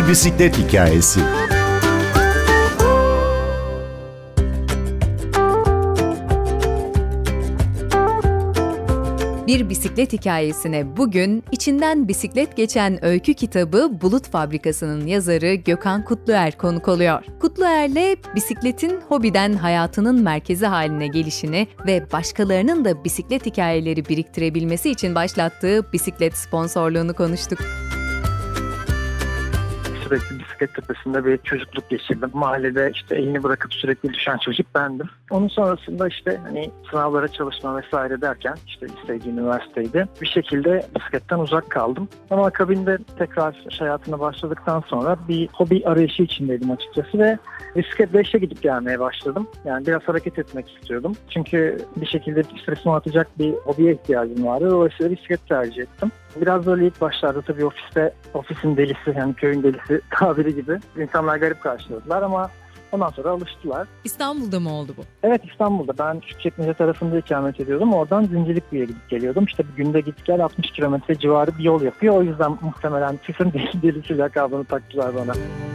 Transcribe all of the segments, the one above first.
bisiklet hikayesi. Bir bisiklet hikayesine bugün içinden bisiklet geçen öykü kitabı Bulut Fabrikası'nın yazarı Gökhan Kutluer konuk oluyor. Kutluer'le bisikletin hobiden hayatının merkezi haline gelişini ve başkalarının da bisiklet hikayeleri biriktirebilmesi için başlattığı bisiklet sponsorluğunu konuştuk. Sürekli bisiklet tepesinde bir çocukluk geçirdim. Mahallede elini bırakıp sürekli düşen çocuk bendim. Onun sonrasında sınavlara çalışma vesaire derken liseydi, üniversiteydi. Bir şekilde bisikletten uzak kaldım. Ama akabinde tekrar hayatına başladıktan sonra bir hobi arayışı içindeydim açıkçası ve bisikletle işe gidip gelmeye başladım. Yani biraz hareket etmek istiyordum. Çünkü bir şekilde stresimi atacak bir hobiye ihtiyacım vardı. Dolayısıyla bisiklet tercih ettim. Biraz böyle ilk başlarda tabii ofisin delisi, yani köyün delisi tabiri gibi insanlar garip karşıladılar ama ondan sonra alıştılar. İstanbul'da mı oldu bu? Evet, İstanbul'da. Ben Küçükçekmece tarafında ikamet ediyordum. Oradan Zincirlikuyu'ya gidip geliyordum. Bir günde git gel 60 kilometre civarı bir yol yapıyor. O yüzden muhtemelen kısım delisi lakabını taktılar bana.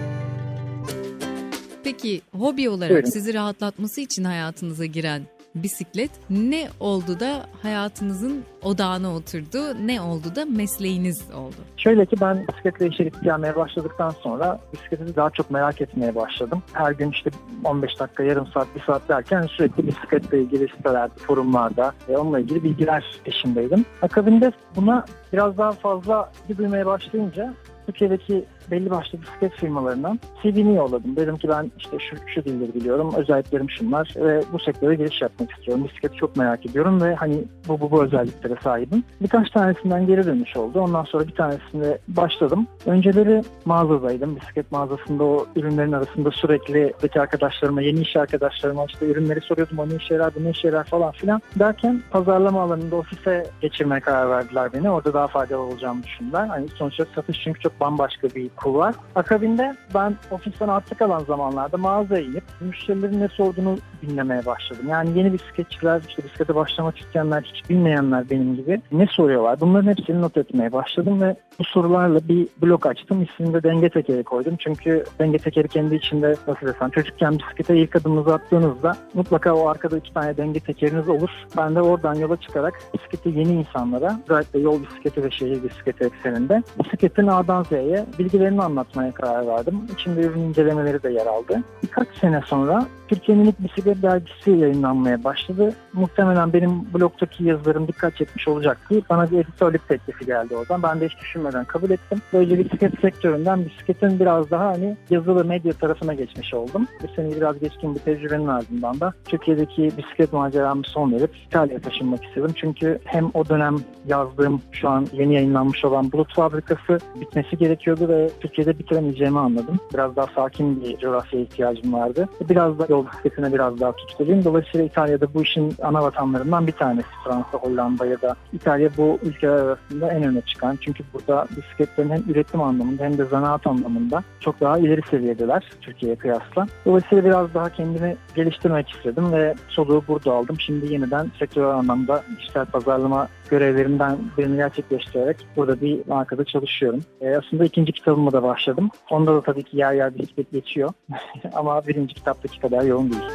Peki hobi olarak Buyurun. Sizi rahatlatması için hayatınıza giren bisiklet ne oldu da hayatınızın odağına oturdu, ne oldu da mesleğiniz oldu? Şöyle ki ben bisikletle işe gidip gelmeye başladıktan sonra bisikleti daha çok merak etmeye başladım. Her gün 15 dakika, yarım saat, bir saat derken sürekli bisikletle ilgili sitelerde, forumlarda onunla ilgili bilgiler peşindeydim. Akabinde buna biraz daha fazla ilgi duymaya başlayınca Türkiye'deki belli başlı bisiklet firmalarından CV'ni yolladım. Dedim ki ben şu dilleri biliyorum, özelliklerim şunlar ve bu sektöre giriş yapmak istiyorum. Bisikleti çok merak ediyorum ve bu özelliklere sahibim. Birkaç tanesinden geri dönüş oldu. Ondan sonra bir tanesinde başladım. Önceleri mağazadaydım. Bisiklet mağazasında o ürünlerin arasında sürekli arkadaşlarıma, yeni iş arkadaşlarıma ürünleri soruyordum. O ne işe yarar, bu ne işe yarar falan filan. Derken pazarlama alanında ofise geçirmeye karar verdiler beni. Orada daha faydalı olacağımı düşündüler. Sonuçta satış çünkü çok bambaşka bir kul var. Akabinde ben ofisten artık kalan zamanlarda mağazaya inip müşterilerin ne sorduğunu dinlemeye başladım. Yani yeni bisikletçiler, bisiklete başlamak isteyenler, hiç bilmeyenler benim gibi ne soruyorlar? Bunların hepsini not etmeye başladım ve bu sorularla bir blog açtım. İsmini de Denge Tekeri koydum. Çünkü Denge Tekeri kendi içinde çocukken bisiklete ilk adımınızı attığınızda mutlaka o arkada 2 tane denge tekeriniz olur. Ben de oradan yola çıkarak bisikleti yeni insanlara, özellikle yol bisikleti ve şehir bisikleti ekseninde bisikletin A'dan Z'ye bilgilerini anlatmaya karar verdim. İçinde ürün incelemeleri de yer aldı. Birkaç sene sonra Türkiye'nin ilk bisiklet dergisi yayınlanmaya başladı. Muhtemelen benim blogdaki yazılarım dikkat çekmiş olacaktı. Bana bir editörlük teklifi geldi oradan. Ben de hiç düşünmeden kabul ettim. Böylece bisiklet sektöründen bisikletin biraz daha yazılı medya tarafına geçmiş oldum. Bu sene biraz geçkin bir tecrübenin ardından da Türkiye'deki bisiklet maceramı son verip İtalya'ya taşınmak istedim. Çünkü hem o dönem yazdığım, şu an yeni yayınlanmış olan Bulut Fabrikası bitmesi gerekiyordu ve Türkiye'de bitiremeyeceğimi anladım. Biraz daha sakin bir coğrafyaya ihtiyacım vardı. Biraz da yol bisikletine biraz daha tutkuluyum. Dolayısıyla İtalya'da bu işin ana vatanlarından bir tanesi. Fransa, Hollanda ya da İtalya bu ülkeler arasında en öne çıkan. Çünkü burada bisikletlerin hem üretim anlamında hem de zanaat anlamında çok daha ileri seviyedeler Türkiye'ye kıyasla. Dolayısıyla biraz daha kendimi geliştirmek istedim ve soluğu burada aldım. Şimdi yeniden sektörel anlamda dijital pazarlama görevlerimden birini gerçekleştirerek burada bir markada çalışıyorum. Aslında ikinci kitabıma da başladım. Onda da tabii ki yer yer bisiklet geçiyor. Ama birinci kitaptaki kadar yoğun değil.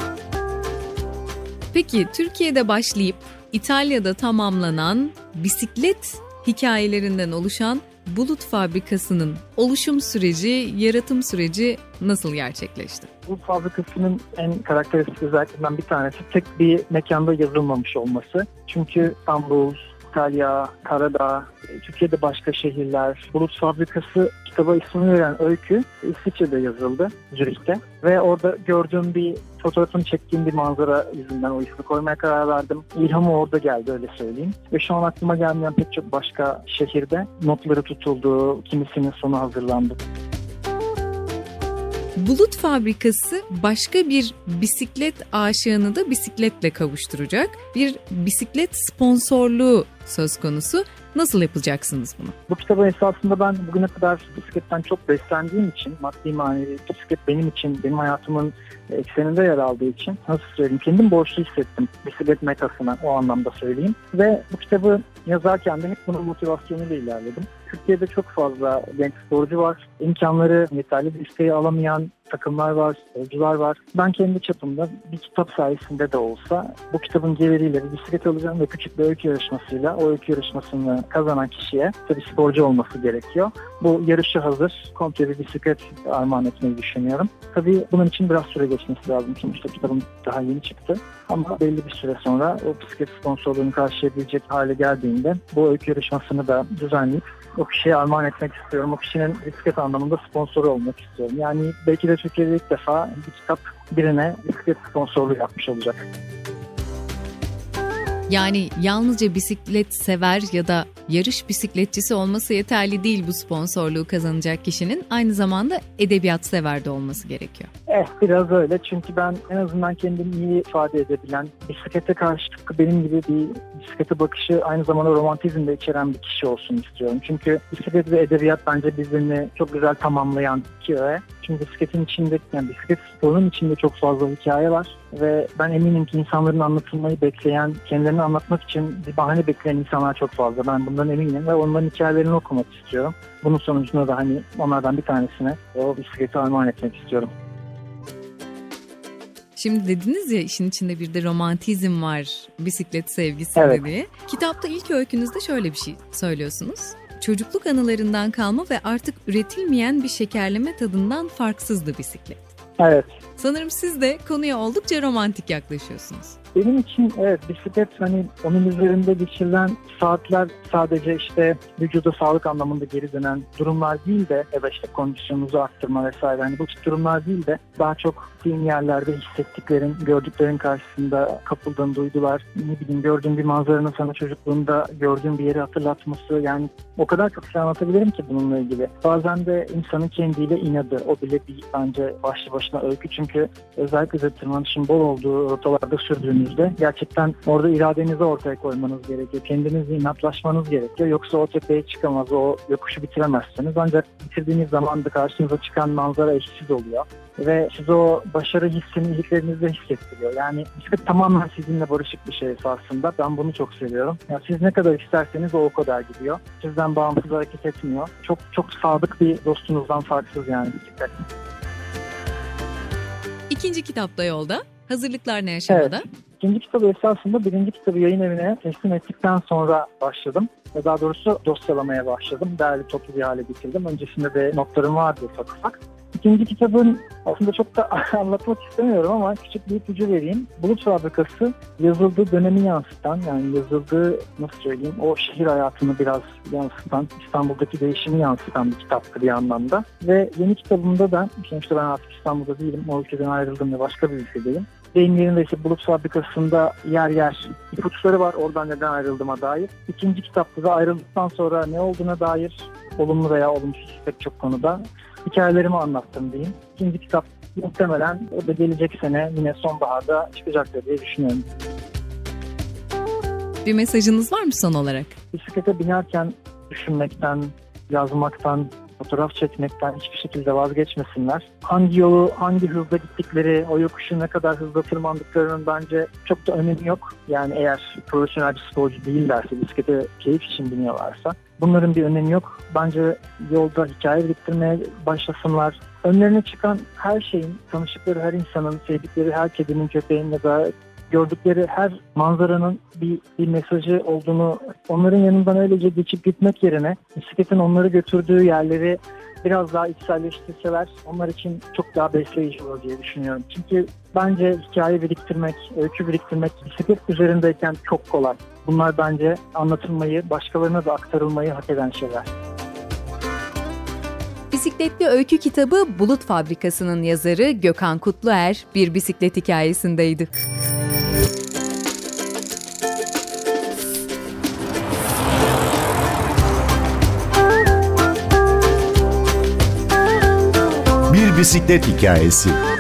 Peki Türkiye'de başlayıp İtalya'da tamamlanan bisiklet hikayelerinden oluşan Bulut Fabrikası'nın oluşum süreci, yaratım süreci nasıl gerçekleşti? Bulut Fabrikası'nın en karakteristik özelliklerinden bir tanesi tek bir mekanda yazılmamış olması. Çünkü İstanbul, İtalya, Karadağ, Türkiye'de başka şehirler, Bulut Fabrikası kitaba ismini veren öykü İsviçre'de yazıldı, Zürih'te. Ve orada gördüğüm bir fotoğrafını çektiğim bir manzara yüzünden o ismi koymaya karar verdim. İlhamı orada geldi, öyle söyleyeyim. Ve şu an aklıma gelmeyen pek çok başka şehirde notları tutuldu, kimisinin sonu hazırlandı. Bulut Fabrikası başka bir bisiklet aşığını da bisikletle kavuşturacak bir bisiklet sponsorluğu söz konusu. Nasıl yapacaksınız bunu? Bu kitabı esasında ben bugüne kadar bisikletten çok beslendiğim için, maddi manevi bisiklet benim için, benim hayatımın ekseninde yer aldığı için, nasıl söyleyeyim, kendim borçlu hissettim bisiklet metasına, o anlamda söyleyeyim. Ve bu kitabı yazarken de hep bunun motivasyonuyla ilerledim. Türkiye'de çok fazla genç sporcu var. İmkanları yeterli desteği alamayan takımlar var, sporcular var. Ben kendi çapımda bir kitap sayesinde de olsa bu kitabın geliriyle bir bisiklet alacağım ve küçük bir öykü yarışmasıyla o öykü yarışmasını kazanan kişiye tabii sporcu olması gerekiyor. Bu yarışı hazır, komple bir bisiklet armağan etmeyi düşünüyorum. Tabii bunun için biraz süre geçmesi lazım. Sonuçta kitabım daha yeni çıktı. Ama belli bir süre sonra o bisiklet sponsorluğunu karşılayabilecek hale geldiğinde bu öykü yarışmasını da düzenleyip o kişiye armağan etmek istiyorum. O kişinin bisiklet anlamında sponsoru olmak istiyorum. Yani belki de Türkiye'de ilk defa bir kitap birine bisiklet sponsorluğu yapmış olacak. Yani yalnızca bisiklet sever ya da yarış bisikletçisi olması yeterli değil bu sponsorluğu kazanacak kişinin. Aynı zamanda edebiyat sever de olması gerekiyor. Biraz öyle. Çünkü ben en azından kendimi iyi ifade edebilen, bisiklete karşı tıpkı benim gibi bir bisiklete bakışı aynı zamanda romantizm de içeren bir kişi olsun istiyorum. Çünkü bisiklet ve edebiyat bence birbirini çok güzel tamamlayan iki öğe. Çünkü bisikletin içinde, yani bisiklet sporunun içinde çok fazla hikaye var. Ve ben eminim ki insanların anlatılmayı bekleyen, kendilerini anlatmak için bir bahane bekleyen insanlar çok fazla. Ben bundan eminim ve onların hikayelerini okumak istiyorum. Bunun sonucunda da onlardan bir tanesine o bisikleti armağan etmek istiyorum. Şimdi dediniz ya işin içinde bir de romantizm var bisiklet sevgisinde diye. Kitapta ilk öykünüzde şöyle bir şey söylüyorsunuz. Çocukluk anılarından kalma ve artık üretilmeyen bir şekerleme tadından farksızdı bisiklet. Evet. Sanırım siz de konuya oldukça romantik yaklaşıyorsunuz. Benim için bisiklet onun üzerinde geçirilen saatler sadece vücuda sağlık anlamında geri dönen durumlar değil de ya da kondisyonunuzu arttırma vesaire bu tip durumlar değil de daha çok gittiğin yerlerde hissettiklerin, gördüklerin karşısında kapıldığın duygular, gördüğün bir manzaranın sana çocukluğunda gördüğün bir yeri hatırlatması, yani o kadar çok şey anlatabilirim ki bununla ilgili. Bazen de insanın kendiyle inadı, o bile bir bence başlı başına öykü, çünkü özellikle de tırmanışın bol olduğu rotalarda sürdüğünüzde gerçekten orada iradenizi ortaya koymanız gerekiyor. Kendinizi inatlaşmanız gerekiyor. Yoksa o tepeye çıkamaz, o yokuşu bitiremezsiniz. Ancak bitirdiğiniz zaman da karşınıza çıkan manzara eşsiz oluyor. Ve siz o başarı hissini iliklerinizde hissettiriyor. Yani bisiklet tamamen sizinle barışık bir şey esasında. Ben bunu çok seviyorum. Yani siz ne kadar isterseniz o kadar gidiyor. Sizden bağımsız hareket etmiyor. Çok çok sadık bir dostunuzdan farksız yani bisiklet. İkinci kitap da yolda. Hazırlıklar ne aşamada? Evet. İkinci kitabı esasında birinci kitabı yayın evine teslim ettikten sonra başladım. Daha doğrusu dosyalamaya başladım. Değerli toplu bir hale getirdim. Öncesinde de notlarım vardı ufak ufak. İkinci kitabın aslında çok da anlatmak istemiyorum ama küçük bir ipucu vereyim. Bulut Fabrikası yazıldığı dönemi yansıtan, yani yazıldığı o şehir hayatını biraz yansıtan, İstanbul'daki değişimi yansıtan bir kitaptı bir anlamda. Ve yeni kitabımda da, sonuçta ben artık İstanbul'da değilim, o ülkeden ayrıldım ve başka bir ülkedeyim. Deyim yerinde Bulut Fabrikası'nda yer yer ipuçları var oradan neden ayrıldığıma dair. İkinci kitapta da ayrıldıktan sonra ne olduğuna dair olumlu veya olumsuz pek çok konuda hikayelerimi anlattım diyeyim. İkinci kitap muhtemelen o da gelecek sene yine sonbaharda çıkacaktır diye düşünüyorum. Bir mesajınız var mı son olarak? Bisiklete binerken düşünmekten, yazmaktan, fotoğraf çekmekten hiçbir şekilde vazgeçmesinler. Hangi yolu, hangi hızda gittikleri, o yokuşu ne kadar hızla tırmandıklarının bence çok da önemi yok. Yani eğer profesyonel bir sporcu değillerse, bisiklete keyif için biniyorlarsa bunların bir önemi yok. Bence yolda hikaye biriktirmeye başlasınlar. Önlerine çıkan her şeyin, tanıştıkları her insanın, sevdikleri her kedinin, köpeğin ya da gördükleri her manzaranın bir mesajı olduğunu, onların yanından öylece geçip gitmek yerine bisikletin onları götürdüğü yerleri biraz daha içselleştirseler onlar için çok daha besleyici olur diye düşünüyorum. Çünkü bence hikaye biriktirmek, öykü biriktirmek bisiklet üzerindeyken çok kolay. Bunlar bence anlatılmayı, başkalarına da aktarılmayı hak eden şeyler. Bisikletli öykü kitabı Bulut Fabrikası'nın yazarı Gökhan Kutluer bir bisiklet hikayesindeydi. Bir bisiklet hikayesi.